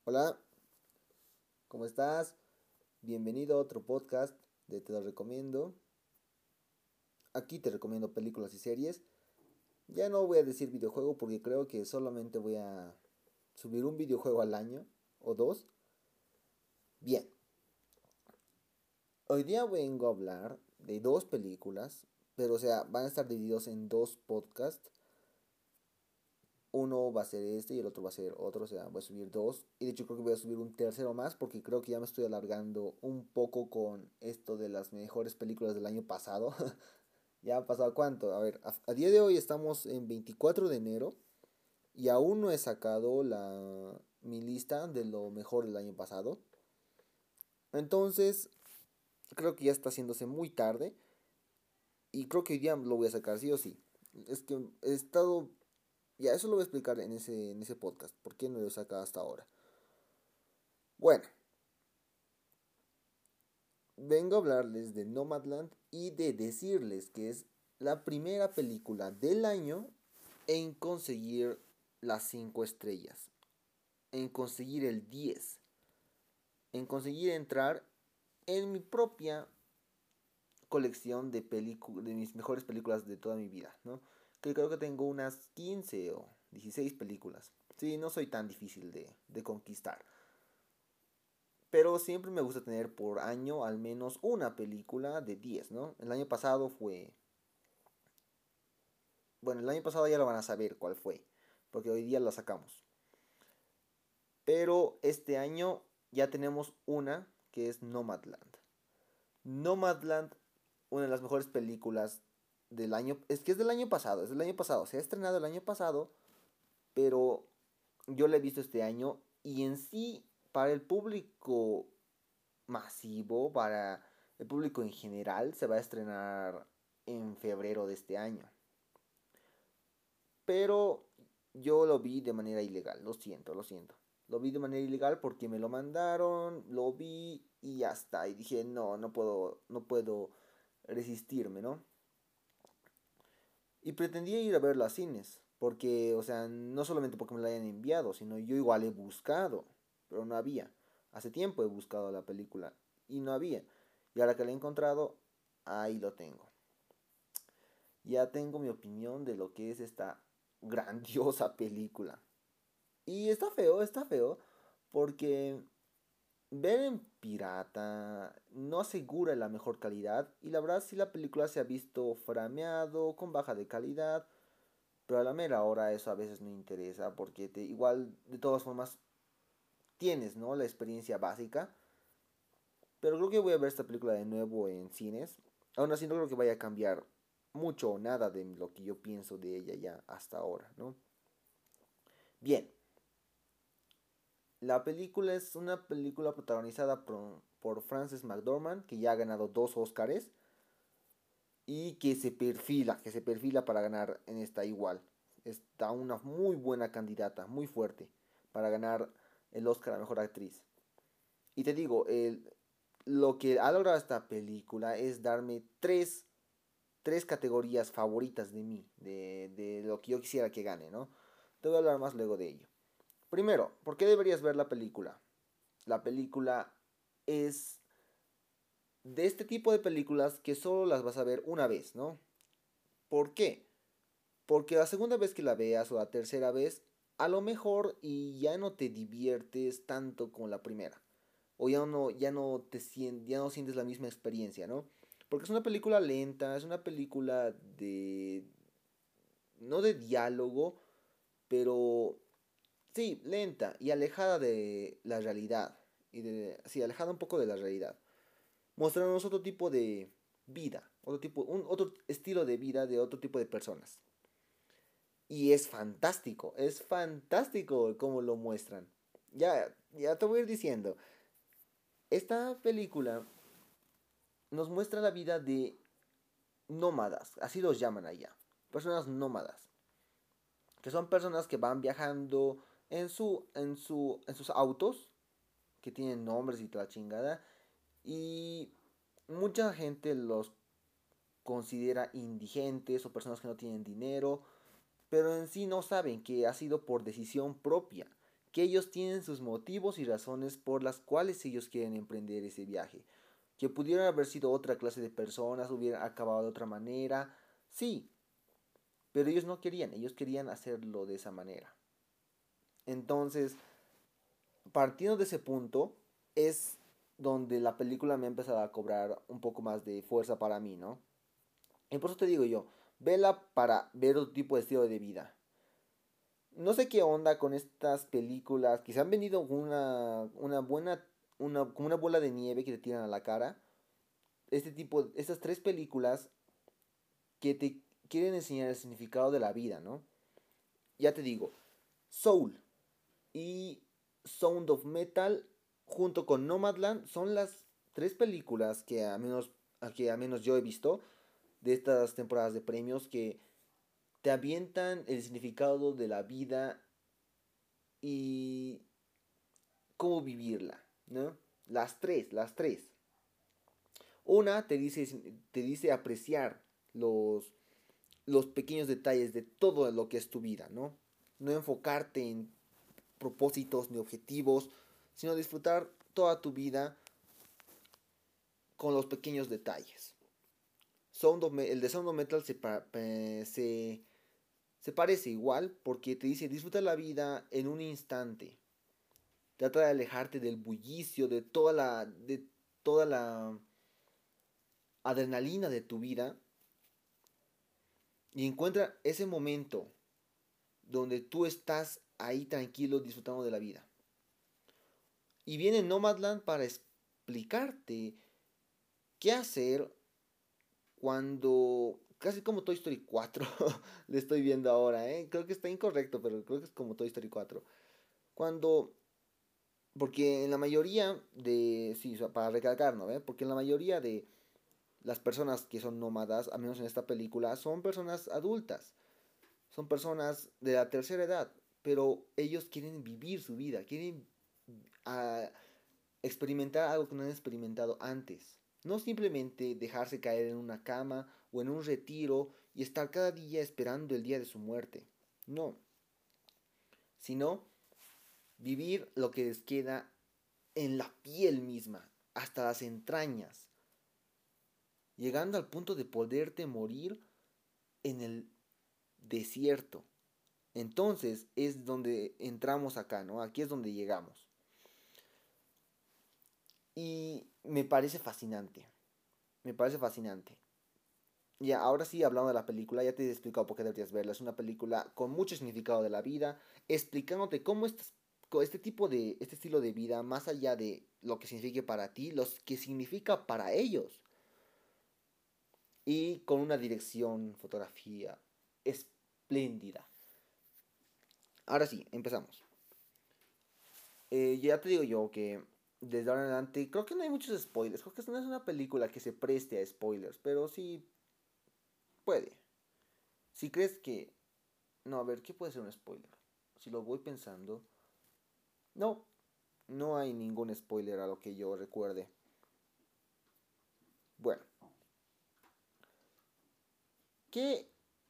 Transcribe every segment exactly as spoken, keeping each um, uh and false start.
Hola, ¿cómo estás? Bienvenido a otro podcast de Te lo recomiendo. Aquí te recomiendo películas y series. Ya no voy a decir videojuego porque creo que solamente voy a subir un videojuego al año o dos. Bien, hoy día vengo a hablar de dos películas, pero o sea, van a estar divididos en dos podcasts. Uno va a ser este y el otro va a ser otro, o sea, voy a subir dos. Y de hecho creo que voy a subir un tercero más porque creo que ya me estoy alargando un poco con esto de las mejores películas del año pasado. ¿Ya ha pasado cuánto? A ver, a, a día de hoy estamos en veinticuatro de enero y aún no he sacado la, mi lista de lo mejor del año pasado. Entonces, creo que ya está haciéndose muy tarde y creo que hoy día lo voy a sacar sí o sí. Es que he estado... Ya, eso lo voy a explicar en ese, en ese podcast. ¿Por qué no lo he sacado hasta ahora? Bueno, vengo a hablarles de Nomadland y de decirles que es la primera película del año en conseguir las cinco estrellas, en conseguir el diez, en conseguir entrar en mi propia colección de, pelicu- de mis mejores películas de toda mi vida, ¿no? Que creo que tengo unas quince o dieciséis películas. Sí, no soy tan difícil de, de conquistar. Pero siempre me gusta tener por año al menos una película de diez, ¿no? El año pasado fue... Bueno, el año pasado ya lo van a saber cuál fue, porque hoy día la sacamos. Pero este año ya tenemos una que es Nomadland. Nomadland, una de las mejores películas del año. Es que es del año pasado, es del año pasado. Se ha estrenado el año pasado, pero yo la he visto este año. Y en sí, para el público masivo, para el público en general, se va a estrenar en febrero de este año. Pero yo lo vi de manera ilegal, lo siento, lo siento. Lo vi de manera ilegal porque me lo mandaron, lo vi y ya está. Y dije, no, no puedo, no puedo resistirme, ¿no? Y pretendía ir a verlo a cines, porque, o sea, no solamente porque me lo hayan enviado, sino yo igual he buscado, pero no había. Hace tiempo he buscado la película y no había. Y ahora que la he encontrado, ahí lo tengo. Ya tengo mi opinión de lo que es esta grandiosa película. Y está feo, está feo, porque ver en pirata no asegura la mejor calidad. Y la verdad, si la película se ha visto frameado, con baja de calidad, pero a la mera hora eso a veces no interesa, porque te, igual, de todas formas, tienes, ¿no? La experiencia básica. Pero creo que voy a ver esta película de nuevo en cines. Aún así, no creo que vaya a cambiar mucho o nada de lo que yo pienso de ella ya hasta ahora, ¿no? Bien. La película es una película protagonizada por, por Frances McDormand, que ya ha ganado dos Oscars y que se perfila, que se perfila para ganar en esta igual. Está una muy buena candidata, muy fuerte, para ganar el Oscar a Mejor Actriz. Y te digo, el, lo que ha logrado esta película es darme tres, tres categorías favoritas de mí, de, de lo que yo quisiera que gane, ¿no? Te voy a hablar más luego de ello. Primero, ¿por qué deberías ver la película? La película es de este tipo de películas que solo las vas a ver una vez, ¿no? ¿Por qué? Porque la segunda vez que la veas o la tercera vez, a lo mejor y ya no te diviertes tanto como la primera. O ya no, ya no te sientes, ya no sientes la misma experiencia, ¿no? Porque es una película lenta, es una película de... no de diálogo, pero sí, lenta y alejada de la realidad. Y de, sí, alejada un poco de la realidad. Mostrarnos otro tipo de vida, otro tipo, un otro estilo de vida de otro tipo de personas. Y es fantástico, es fantástico cómo lo muestran. Ya, ya te voy a ir diciendo. Esta película nos muestra la vida de nómadas, así los llaman allá. Personas nómadas, que son personas que van viajando en su en su en sus autos que tienen nombres y toda la chingada y mucha gente los considera indigentes o personas que no tienen dinero, pero en sí no saben que ha sido por decisión propia que ellos tienen sus motivos y razones por las cuales ellos quieren emprender ese viaje. Que pudieran haber sido otra clase de personas, hubieran acabado de otra manera, sí, pero ellos no querían, ellos querían hacerlo de esa manera. Entonces, partiendo de ese punto, es donde la película me ha empezado a cobrar un poco más de fuerza para mí, ¿no? Y por eso te digo yo, vela para ver otro tipo de estilo de vida. No sé qué onda con estas películas que se han vendido una, una buena, una, como una bola de nieve que te tiran a la cara. Este tipo, estas tres películas que te quieren enseñar el significado de la vida, ¿no? Ya te digo, Soul y Sound of Metal junto con Nomadland son las tres películas que a menos, que a menos yo he visto de estas temporadas de premios que te avientan el significado de la vida y cómo vivirla, ¿no? Las tres, las tres. Una te dice, te dice apreciar los, los pequeños detalles de todo lo que es tu vida, ¿no? No enfocarte en propósitos ni objetivos, sino disfrutar toda tu vida con los pequeños detalles. Sound of el de Sound of Metal se, se, se parece igual porque te dice disfruta la vida en un instante. Trata de alejarte del bullicio, de toda la, de toda la adrenalina de tu vida y encuentra ese momento donde tú estás ahí tranquilo disfrutando de la vida. Y viene Nomadland para explicarte qué hacer cuando, casi como Toy Story cuatro, le estoy viendo ahora, ¿eh? Creo que está incorrecto, pero creo que es como Toy Story cuatro. Cuando, porque en la mayoría de, sí, para recalcar, ¿no? ¿Eh? Porque en la mayoría de las personas que son nómadas, al menos en esta película, son personas adultas. Son personas de la tercera edad, pero ellos quieren vivir su vida, quieren uh, experimentar algo que no han experimentado antes. No simplemente dejarse caer en una cama o en un retiro y estar cada día esperando el día de su muerte. No. Sino vivir lo que les queda en la piel misma, hasta las entrañas, llegando al punto de poderte morir en el desierto. Entonces es donde entramos acá, ¿no? Aquí es donde llegamos. Y me parece fascinante. Me parece fascinante. Y ahora sí, hablando de la película, ya te he explicado por qué deberías verla. Es una película con mucho significado de la vida, explicándote cómo este, este tipo de, este estilo de vida, más allá de lo que signifique para ti, lo que significa para ellos. Y con una dirección, fotografía espléndida. Ahora sí, empezamos. Eh, ya te digo yo que desde ahora en adelante creo que no hay muchos spoilers. Creo que no es una película que se preste a spoilers, pero sí puede. Si crees que... No, a ver, ¿qué puede ser un spoiler? Si lo voy pensando... No, no hay ningún spoiler a lo que yo recuerde. Bueno. ¿Qué?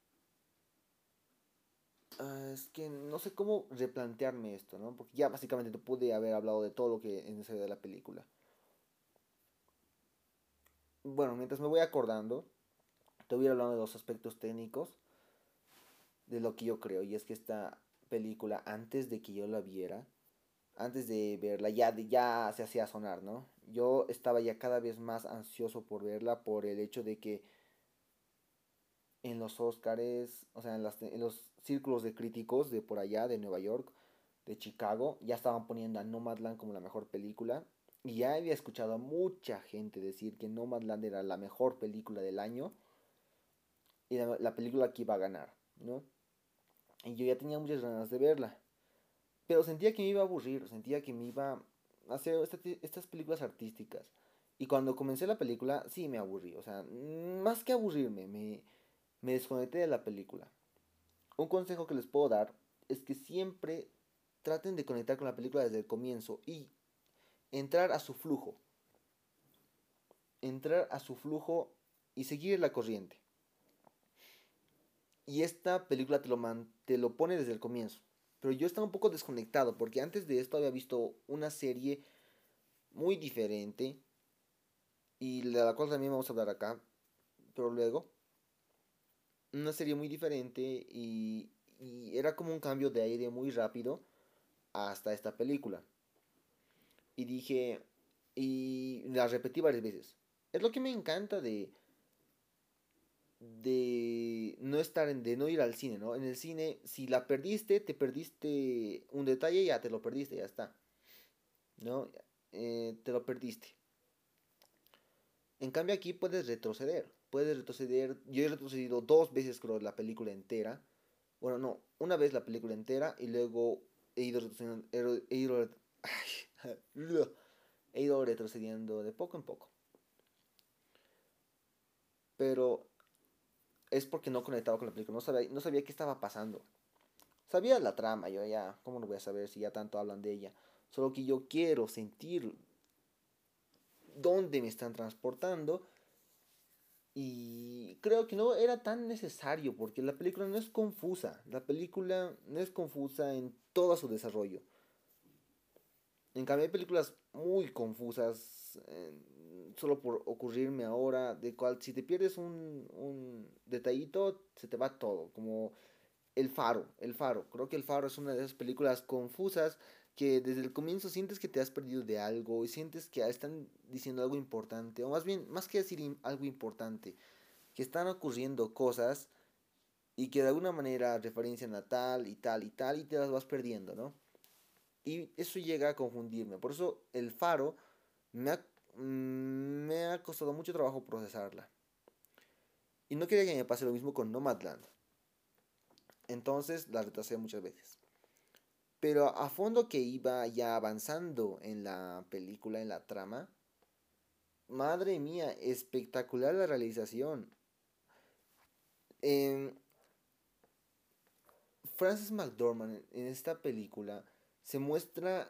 Uh, es que no sé cómo replantearme esto, ¿no? Porque ya básicamente te pude haber hablado de todo lo que es necesario de la película. Bueno, mientras me voy acordando, te voy a ir hablando de los aspectos técnicos de lo que yo creo. Y es que esta película, antes de que yo la viera, antes de verla, ya, ya se hacía sonar, ¿no? Yo estaba ya cada vez más ansioso por verla por el hecho de que en los Oscars, o sea, en, las, en los círculos de críticos de por allá, de Nueva York, de Chicago, ya estaban poniendo a Nomadland como la mejor película. Y ya había escuchado a mucha gente decir que Nomadland era la mejor película del año y la, la película que iba a ganar, ¿no? Y yo ya tenía muchas ganas de verla. Pero sentía que me iba a aburrir, sentía que me iba a hacer este, estas películas artísticas. Y cuando comencé la película, sí me aburrí. O sea, más que aburrirme, me, me desconecté de la película. Un consejo que les puedo dar es que siempre traten de conectar con la película desde el comienzo y entrar a su flujo. Entrar a su flujo y seguir la corriente. Y esta película te lo, man, te lo pone desde el comienzo. Pero yo estaba un poco desconectado porque antes de esto había visto una serie muy diferente y de la cual también vamos a hablar acá, pero luego, una serie muy diferente y, y era como un cambio de aire muy rápido hasta esta película. Y dije, y la repetí varias veces. Es lo que me encanta de, de no estar en, de no ir al cine, ¿no? En el cine, si la perdiste, te perdiste un detalle, ya te lo perdiste, ya está, ¿no? Eh, te lo perdiste. En cambio aquí puedes retroceder, puedes retroceder, yo he retrocedido dos veces creo la película entera, bueno no, una vez la película entera y luego he ido retrocediendo, he, he ido, ay, he ido retrocediendo de poco en poco, pero es porque no conectaba con la película, no sabía, no sabía qué estaba pasando. Sabía la trama, yo ya, ¿cómo no voy a saber si ya tanto hablan de ella? Solo que yo quiero sentir dónde me están transportando y creo que no era tan necesario porque la película no es confusa, la película no es confusa en todo su desarrollo. En cambio hay películas muy confusas, eh, solo por ocurrirme ahora, de cual si te pierdes un, un detallito se te va todo, como El Faro, El Faro. Creo que El Faro es una de esas películas confusas que desde el comienzo sientes que te has perdido de algo y sientes que están diciendo algo importante, o más bien, más que decir im- algo importante, que están ocurriendo cosas y que de alguna manera referencian a tal y tal y tal y te las vas perdiendo, ¿no? Y eso llega a confundirme. Por eso El Faro me ha, mm, me ha costado mucho trabajo procesarla. Y no quería que me pase lo mismo con Nomadland. Entonces la retrasé muchas veces. Pero a fondo que iba ya avanzando en la película, en la trama, madre mía, espectacular la realización. Em, Frances McDormand en esta película se muestra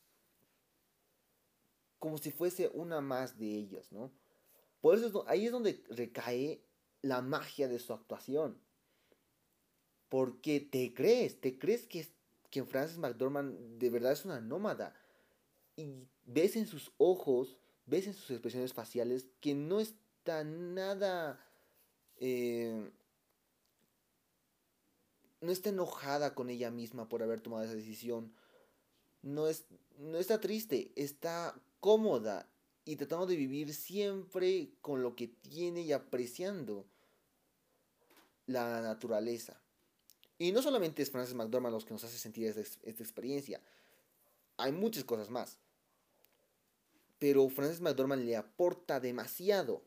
como si fuese una más de ellas, ¿no? Por eso es do- ahí es donde recae la magia de su actuación. Porque te crees, te crees que, es- que Frances McDormand de verdad es una nómada. Y ves en sus ojos, ves en sus expresiones faciales que no está nada, eh, no está enojada con ella misma por haber tomado esa decisión. No, es, no está triste, está cómoda y tratando de vivir siempre con lo que tiene y apreciando la naturaleza. Y no solamente es Frances McDormand los que nos hace sentir esta, esta experiencia, hay muchas cosas más. Pero Frances McDormand le aporta demasiado.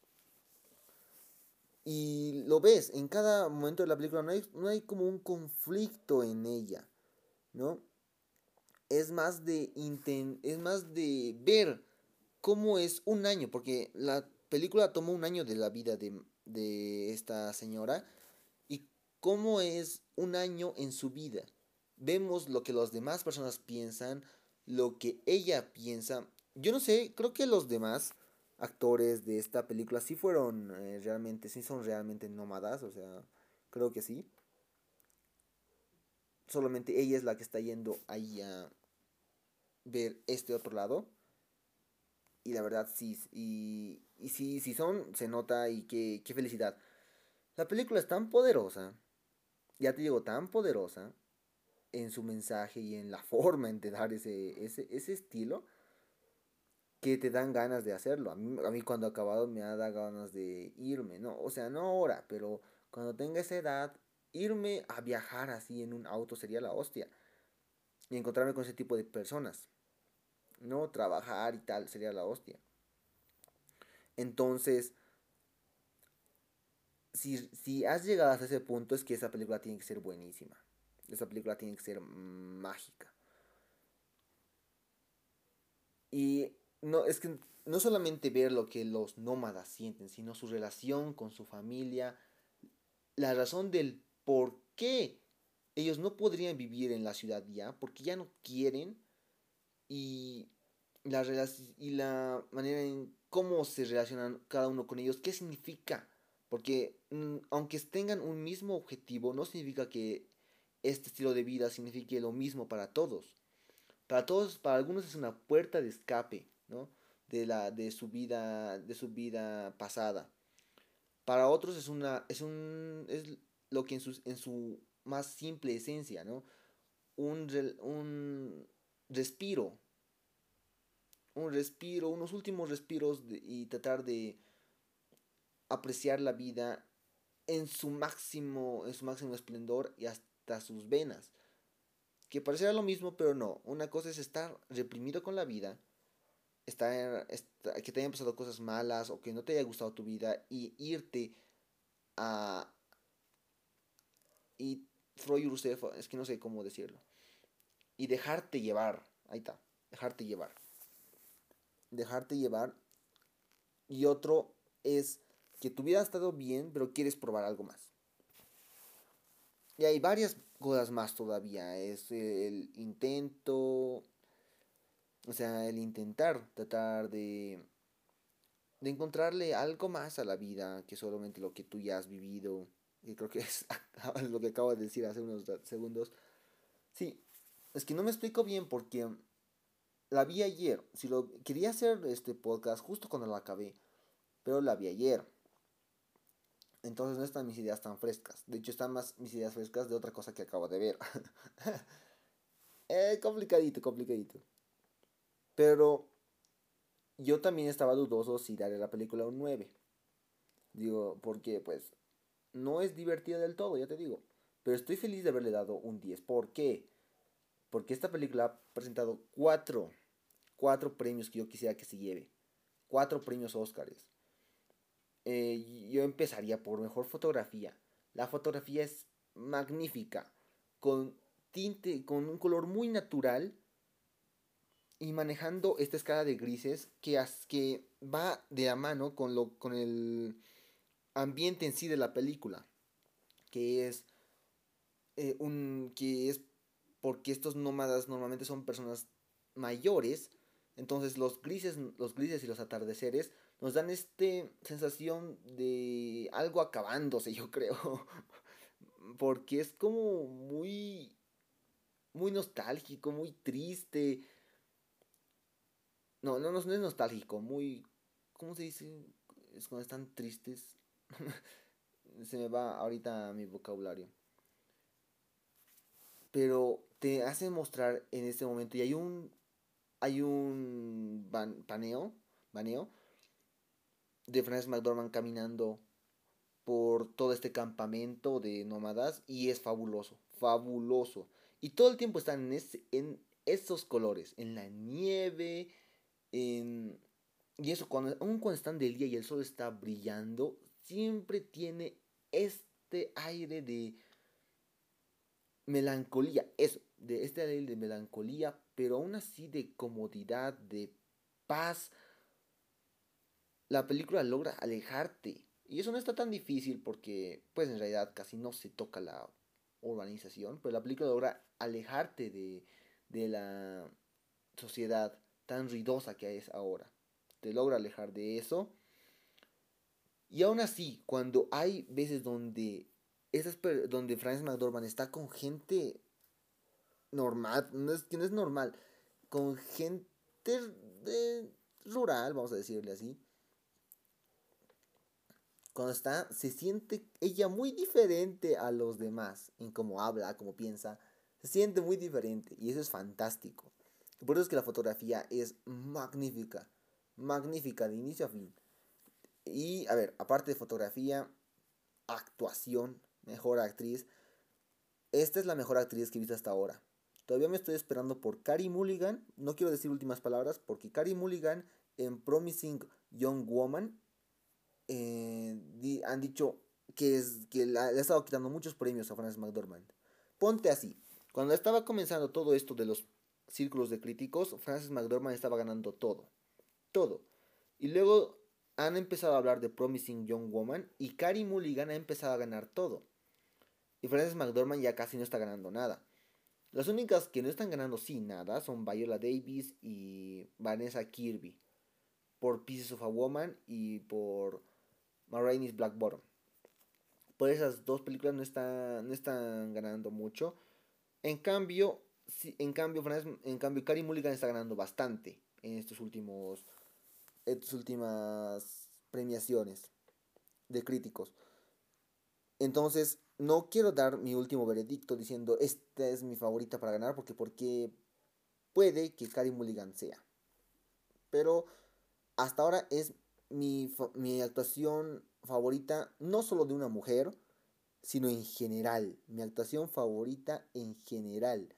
Y lo ves, en cada momento de la película no hay, no hay como un conflicto en ella, ¿no? Es más de inten es más de ver cómo es un año, porque la película tomó un año de la vida de, de esta señora y cómo es un año en su vida. Vemos lo que las demás personas piensan, lo que ella piensa. Yo no sé, creo que los demás actores de esta película sí fueron eh, realmente, sí son realmente nómadas, o sea, creo que sí. Solamente ella es la que está yendo ahí a ver este otro lado. Y la verdad sí, y, y sí, sí son, se nota y qué, qué felicidad. La película es tan poderosa, ya te digo, tan poderosa en su mensaje y en la forma en de dar ese, ese, ese estilo que te dan ganas de hacerlo. A mí, a mí cuando he acabado me ha dado ganas de irme, ¿no? O sea, no ahora, pero cuando tenga esa edad, irme a viajar así en un auto sería la hostia. Y encontrarme con ese tipo de personas, ¿no? Trabajar y tal sería la hostia. Entonces, si, si has llegado hasta ese punto es que esa película tiene que ser buenísima. Esa película tiene que ser mágica. Y no, es que no solamente ver lo que los nómadas sienten, sino su relación con su familia, la razón del por qué ellos no podrían vivir en la ciudad ya, porque ya no quieren, y la, y la manera en cómo se relacionan cada uno con ellos, qué significa. Porque mm, aunque tengan un mismo objetivo, no significa que este estilo de vida signifique lo mismo para todos. Para todos, para algunos es una puerta de escape, ¿no? De la de su vida, de su vida pasada. Para otros es una es un es lo que en su en su más simple esencia, ¿no? Un re- un respiro, un respiro, unos últimos respiros de- y tratar de apreciar la vida en su máximo, en su máximo esplendor y hasta sus venas. Que parecerá lo mismo, pero no. Una cosa es estar reprimido con la vida, estar, estar- que te hayan pasado cosas malas o que no te haya gustado tu vida y irte a y throw yourself, es que no sé cómo decirlo, y dejarte llevar, ahí está, dejarte llevar, dejarte llevar. Y otro es que tu vida ha estado bien, pero quieres probar algo más. Y hay varias cosas más todavía. Es el intento, o sea, el intentar tratar de, de encontrarle algo más a la vida que solamente lo que tú ya has vivido. Y creo que es lo que acabo de decir hace unos segundos. Sí, es que no me explico bien porque la vi ayer. Si lo quería hacer este podcast justo cuando lo acabé, pero la vi ayer. Entonces no están mis ideas tan frescas. De hecho, están más mis ideas frescas de otra cosa que acabo de ver. eh, complicadito, complicadito. Pero yo también estaba dudoso si darle a la película un nueve. Digo, porque pues no es divertida del todo, ya te digo. Pero estoy feliz de haberle dado un diez. ¿Por qué? Porque esta película ha presentado cuatro, cuatro premios que yo quisiera que se lleve. Cuatro premios Óscares. Eh, yo empezaría por mejor fotografía. La fotografía es magnífica, con tinte, con un color muy natural y manejando esta escala de grises que, as, que va de la mano con, lo, con el ambiente en sí de la película, que es, eh, un, que es porque estos nómadas normalmente son personas mayores, entonces los grises, los grises y los atardeceres nos dan esta sensación de algo acabándose, yo creo, porque es como muy, muy nostálgico, muy triste. No, no, no, no es nostálgico, muy, ¿cómo se dice? Es cuando están tristes. Se me va ahorita mi vocabulario. Pero te hace mostrar en este momento y hay un hay un ban, paneo, baneo de Frances McDormand caminando por todo este campamento de nómadas y es fabuloso, fabuloso. Y todo el tiempo están en, ese, en esos colores, en la nieve, en... Y eso, cuando, aun cuando están del día y el sol está brillando, siempre tiene este aire de melancolía, eso, de este aire de melancolía, pero aún así de comodidad, de paz. La película logra alejarte. Y eso no está tan difícil porque, pues en realidad casi no se toca la urbanización, pero la película logra alejarte de, de la sociedad tan ruidosa que es ahora. Te logra alejar de eso. Y aún así, cuando hay veces donde, esas, donde Frances McDormand está con gente normal, no es, que no es normal, con gente de, rural, vamos a decirle así, cuando está, se siente ella muy diferente a los demás, en cómo habla, cómo piensa, se siente muy diferente y eso es fantástico. Por eso es que la fotografía es magnífica, magnífica de inicio a fin. Y a ver, aparte de fotografía, actuación, mejor actriz, esta es la mejor actriz que he visto hasta ahora. Todavía me estoy esperando por Carey Mulligan, no quiero decir últimas palabras, porque Carey Mulligan en Promising Young Woman eh, di, han dicho que, es, que le ha estado quitando muchos premios a Frances McDormand. Ponte así, cuando estaba comenzando todo esto de los círculos de críticos, Frances McDormand estaba ganando todo, todo. Y luego han empezado a hablar de Promising Young Woman y Carey Mulligan ha empezado a ganar todo. Y Frances McDormand ya casi no está ganando nada. Las únicas que no están ganando sí nada son Viola Davis y Vanessa Kirby por Pieces of a Woman y por Ma Rainey's Black Bottom. Por esas dos películas no, está, no están ganando mucho. En cambio, sí, en cambio, Frances- en cambio, Carey Mulligan está ganando bastante en estos últimos, estas últimas premiaciones de críticos. Entonces, no quiero dar mi último veredicto diciendo esta es mi favorita para ganar, porque, porque puede que Carey Mulligan sea. Pero hasta ahora es mi, mi actuación favorita, no solo de una mujer, sino en general. Mi actuación favorita en general.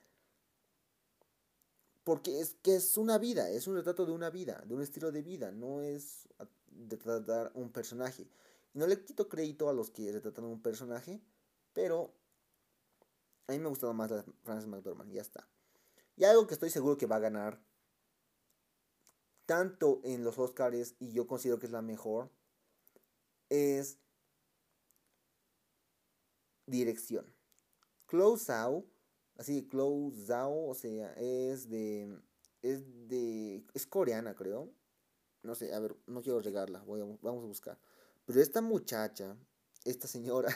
Porque es que es una vida, es un retrato de una vida, de un estilo de vida, no es retratar un personaje. Y no le quito crédito a los que retratan un personaje, pero a mí me ha gustado más la Frances McDormand, ya está. Y algo que estoy seguro que va a ganar, tanto en los Oscars, y yo considero que es la mejor, es dirección. Chloe Zhao, así Chloe Zhao, o sea, es de, es de, es coreana creo, no sé, a ver, no quiero regarla, voy a, vamos a buscar. Pero esta muchacha, esta señora,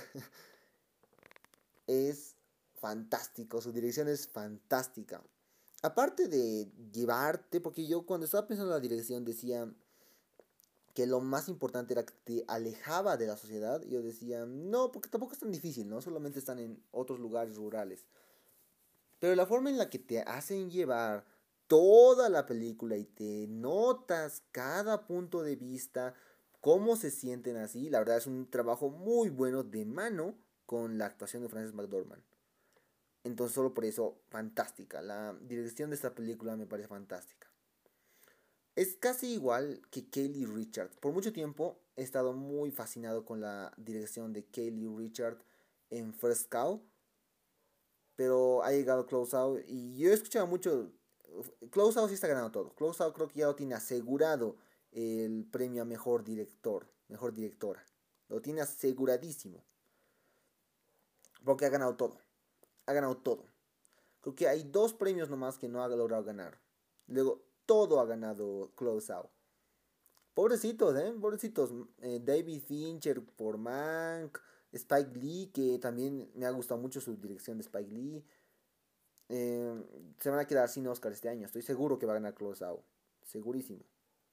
es fantástico, su dirección es fantástica. Aparte de llevarte, porque yo cuando estaba pensando en la dirección decía que lo más importante era que te alejaba de la sociedad, y yo decía, no, porque tampoco es tan difícil, ¿no? Solamente están en otros lugares rurales. Pero la forma en la que te hacen llevar toda la película y te notas cada punto de vista, cómo se sienten así, la verdad es un trabajo muy bueno de mano con la actuación de Frances McDormand. Entonces solo por eso, fantástica. La dirección de esta película me parece fantástica. Es casi igual que Kaylee Richard. Por mucho tiempo he estado muy fascinado con la dirección de Kaylee Richard en First Cow, pero ha llegado Close Out y yo he escuchado mucho. Close Out sí está ganando todo. Close Out creo que ya lo tiene asegurado el premio a mejor director, mejor directora. Lo tiene aseguradísimo. Porque ha ganado todo. Ha ganado todo. Creo que hay dos premios nomás que no ha logrado ganar. Luego, todo ha ganado Close Out. Pobrecitos, ¿eh? Pobrecitos. Eh, David Fincher por Mank. Spike Lee, que también me ha gustado mucho su dirección de Spike Lee. Eh, se van a quedar sin Oscar este año. Estoy seguro que va a ganar Close Out. Segurísimo.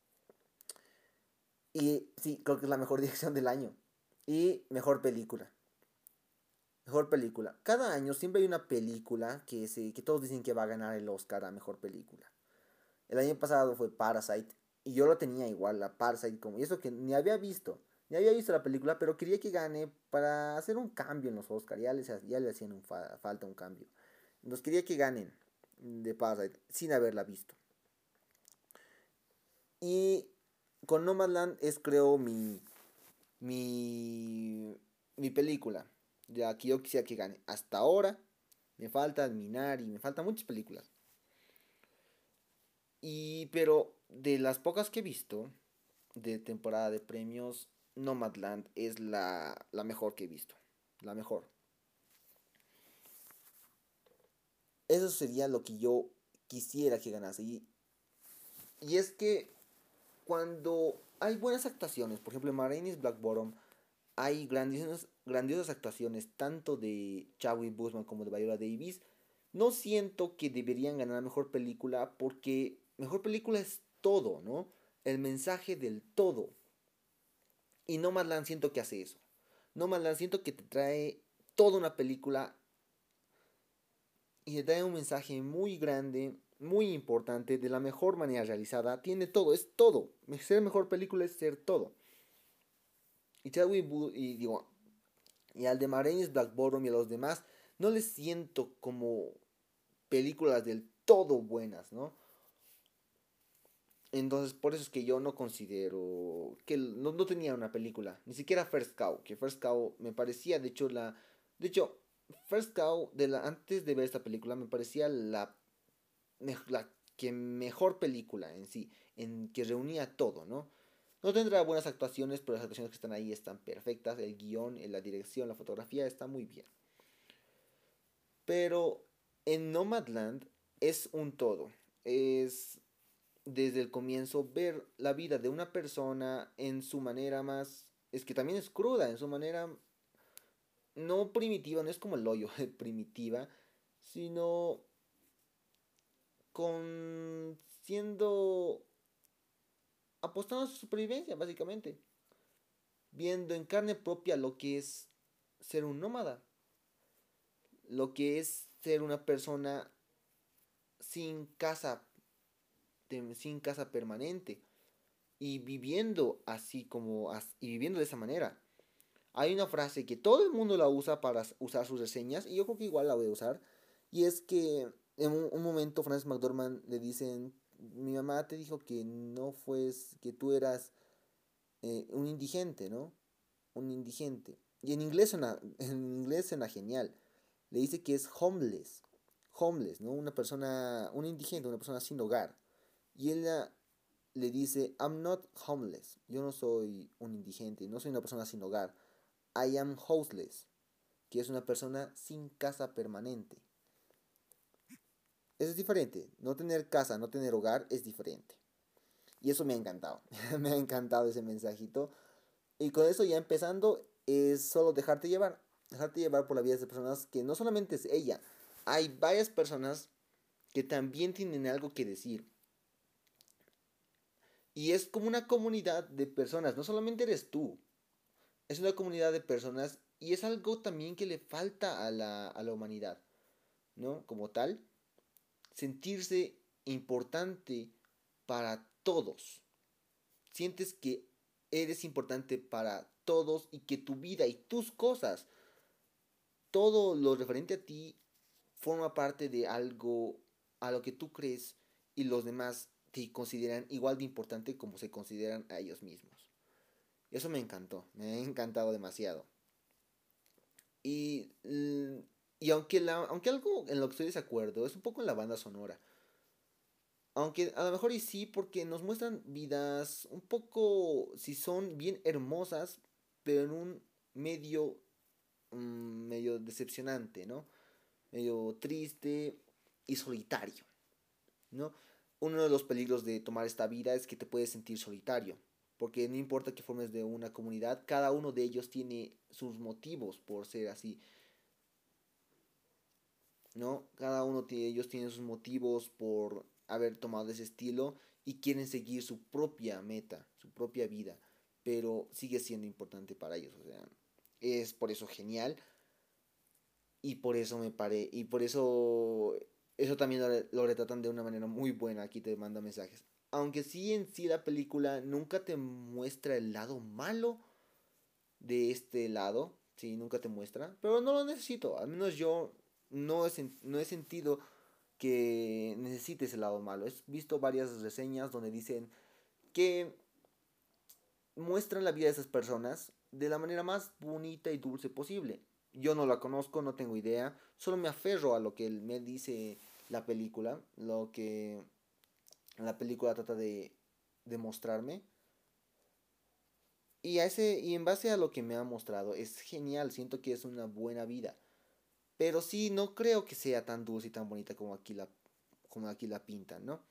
Y sí, creo que es la mejor dirección del año. Y mejor película. Mejor película. Cada año siempre hay una película que, se, que todos dicen que va a ganar el Oscar a mejor película. El año pasado fue Parasite. Y yo lo tenía igual, la Parasite. Como, y eso que ni había visto. Ni había visto la película, pero quería que gane para hacer un cambio en los Oscars. Ya, les, ya le hacían un fa falta un cambio. Entonces quería que ganen de Parasite sin haberla visto. Y con Nomadland es creo mi, mi, mi película. Ya que yo quisiera que gane. Hasta ahora me falta Minari, me faltan muchas películas. Y pero de las pocas que he visto de temporada de premios, Nomadland es la, la mejor que he visto. La mejor. Eso sería lo que yo quisiera que ganase. Y, y es que cuando hay buenas actuaciones, por ejemplo en Marines Black Bottom, hay grandiosas, grandiosas actuaciones tanto de Chadwick Boseman como de Viola Davis. No siento que deberían ganar mejor película porque mejor película es todo, ¿no? El mensaje del todo. Y Nomadland siento que hace eso. Nomadland siento que te trae toda una película y te trae un mensaje muy grande, muy importante, de la mejor manera realizada. Tiene todo, es todo. Ser mejor película es ser todo. Y Chadwick Boseman, y digo, y al de Marines Black Bottom y a los demás, no les siento como películas del todo buenas, ¿no? Entonces, por eso es que yo no considero que no, no tenía una película, ni siquiera First Cow, que First Cow me parecía, de hecho, la. De hecho, First Cow, de la, antes de ver esta película, me parecía la, la que mejor película en sí, en que reunía todo, ¿no? No tendrá buenas actuaciones, pero las actuaciones que están ahí están perfectas, el guión, la dirección, la fotografía está muy bien. Pero en Nomadland es un todo. Es desde el comienzo ver la vida de una persona en su manera más. Es que también es cruda, en su manera no primitiva, no es como el hoyo, primitiva, sino con siendo apostando a su supervivencia, básicamente, viendo en carne propia lo que es ser un nómada, lo que es ser una persona sin casa, sin casa permanente y viviendo así como y viviendo de esa manera. Hay una frase que todo el mundo la usa para usar sus reseñas y yo creo que igual la voy a usar, y es que en un, un momento Frances McDormand le dicen: mi mamá te dijo que no fues, que tú eras eh, un indigente, ¿no? Un indigente. Y en inglés suena, en inglés suena genial. Le dice que es homeless. Homeless, ¿no? Una persona, un indigente, una persona sin hogar. Y ella le dice: I'm not homeless. Yo no soy un indigente, no soy una persona sin hogar. I am houseless, que es una persona sin casa permanente. Eso es diferente. No tener casa, no tener hogar es diferente. Y eso me ha encantado. Me ha encantado ese mensajito. Y con eso ya empezando, es solo dejarte llevar. Dejarte llevar por la vida de personas que no solamente es ella. Hay varias personas que también tienen algo que decir. Y es como una comunidad de personas. No solamente eres tú. Es una comunidad de personas. Y es algo también que le falta a la, a la humanidad, ¿no? Como tal, sentirse importante para todos. Sientes que eres importante para todos y que tu vida y tus cosas, todo lo referente a ti, forma parte de algo a lo que tú crees y los demás te consideran igual de importante como se consideran a ellos mismos. Eso me encantó, me ha encantado demasiado. Y, y aunque, la, aunque algo en lo que estoy de desacuerdo es un poco en la banda sonora. Aunque a lo mejor y sí, porque nos muestran vidas un poco, si son bien hermosas, pero en un medio, um, medio decepcionante, ¿no? Medio triste y solitario, ¿no? Uno de los peligros de tomar esta vida es que te puedes sentir solitario, porque no importa que formes de una comunidad, cada uno de ellos tiene sus motivos por ser así, ¿no? Cada uno de ellos tiene sus motivos por haber tomado ese estilo y quieren seguir su propia meta, su propia vida, pero sigue siendo importante para ellos, o sea, es por eso genial y por eso me paré, y por eso eso también lo, lo retratan de una manera muy buena, aquí te manda mensajes. Aunque sí en sí la película nunca te muestra el lado malo de este lado, sí, nunca te muestra, pero no lo necesito, al menos yo no he, no he sentido que necesites el lado malo. He visto varias reseñas donde dicen que muestran la vida de esas personas de la manera más bonita y dulce posible. Yo no la conozco, no tengo idea, solo me aferro a lo que me dice la película, lo que la película trata de, de mostrarme. Y, a ese, y en base a lo que me ha mostrado, es genial, siento que es una buena vida. Pero sí, no creo que sea tan dulce y tan bonita como aquí la, como aquí la pintan, ¿no?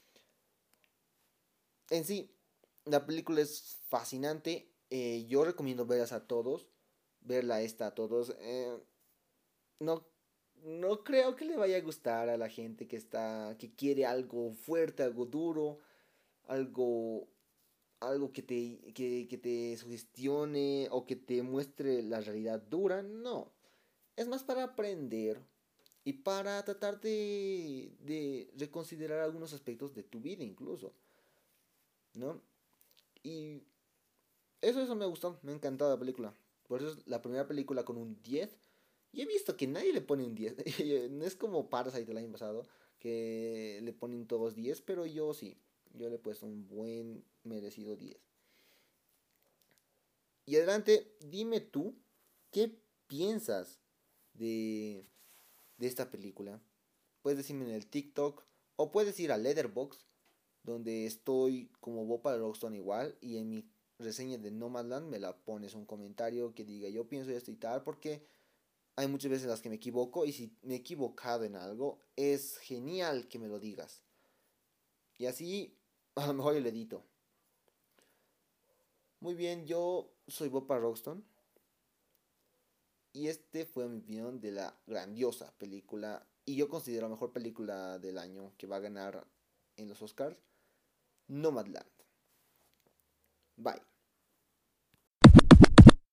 En sí, la película es fascinante. Eh, yo recomiendo verlas a todos. Verla esta a todos. Eh, no, no creo que le vaya a gustar a la gente que está. Que quiere algo fuerte, algo duro. Algo. Algo que te, que, que te sugestione o que te muestre la realidad dura. No. Es más para aprender y para tratar de, de reconsiderar algunos aspectos de tu vida incluso, ¿no? Y eso, eso me gustó, me ha encantado la película. Por eso es la primera película con un diez. Y he visto que nadie le pone un diez. No es como Parasite el año pasado, que le ponen todos diez, pero yo sí. Yo le he puesto un buen merecido diez. Y adelante, dime tú, ¿qué piensas de, de esta película? Puedes decirme en el TikTok o puedes ir a Letterboxd, donde estoy como Bopa Rockstone igual, y en mi reseña de Nomadland me la pones un comentario que diga yo pienso esto y tal, porque hay muchas veces en las que me equivoco y si me he equivocado en algo es genial que me lo digas. Y así a lo mejor yo lo edito. Muy bien, yo soy Bopa Rockstone y este fue mi opinión de la grandiosa película Y yo considero mejor película del año que va a ganar en los Oscars, Nomadland. Bye.